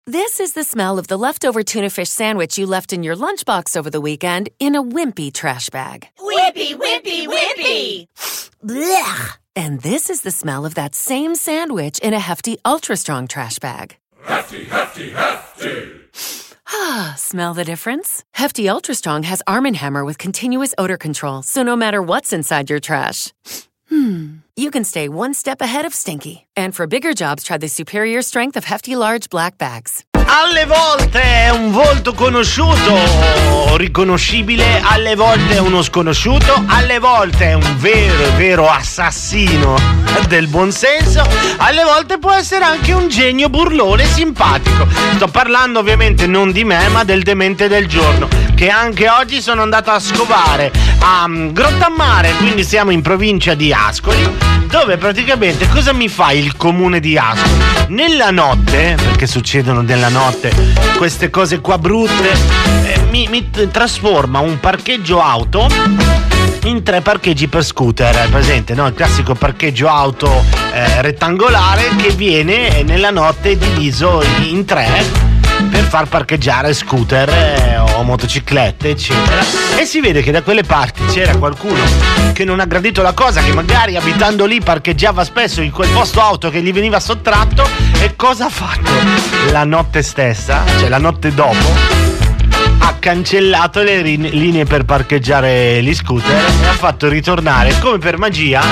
This is the smell of the leftover tuna fish sandwich you left in your lunchbox over the weekend in a wimpy trash bag. Wimpy, wimpy, wimpy! Blech! And this is the smell of that same sandwich in a Hefty Ultra Strong trash bag. Hefty, hefty, hefty! Ah, smell the difference? Hefty Ultra Strong has Arm & Hammer with continuous odor control, so no matter what's inside your trash, you can stay one step ahead of stinky. And for bigger jobs, try the superior strength of Hefty Large Black Bags. Alle volte è un volto conosciuto, riconoscibile, alle volte è uno sconosciuto, alle volte è un vero assassino del buonsenso, alle volte può essere anche un genio burlone simpatico. Sto parlando ovviamente non di me, ma del demente del giorno, che anche oggi sono andato a scovare a Grottammare, quindi siamo in provincia di Ascoli, dove praticamente cosa mi fa il comune di Ascoli? Nella notte, perché succedono nella notte queste cose qua brutte, mi trasforma un parcheggio auto in 3 parcheggi per scooter. È presente, no? Il classico parcheggio auto rettangolare che viene nella notte diviso in 3 per far parcheggiare scooter o motociclette eccetera, e si vede che da quelle parti c'era qualcuno che non ha gradito la cosa, che magari abitando lì parcheggiava spesso in quel posto auto che gli veniva sottratto, e cosa ha fatto? La notte stessa, cioè la notte dopo, ha cancellato le linee per parcheggiare gli scooter e ha fatto ritornare come per magia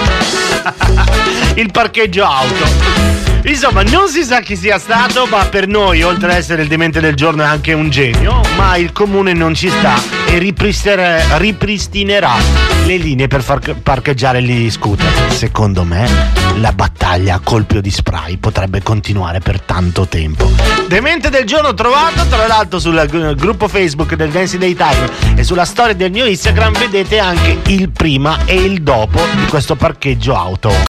il parcheggio auto. Insomma, non si sa chi sia stato, ma per noi, oltre ad essere il demente del giorno, è anche un genio. Ma il comune non ci sta e ripristinerà le linee per far parcheggiare gli scooter. Secondo me, la battaglia a colpi di spray potrebbe continuare per tanto tempo. Demente del giorno trovato, tra l'altro, sul gruppo Facebook del Dance Daytime e sulla storia del mio Instagram vedete anche il prima e il dopo di questo parcheggio auto.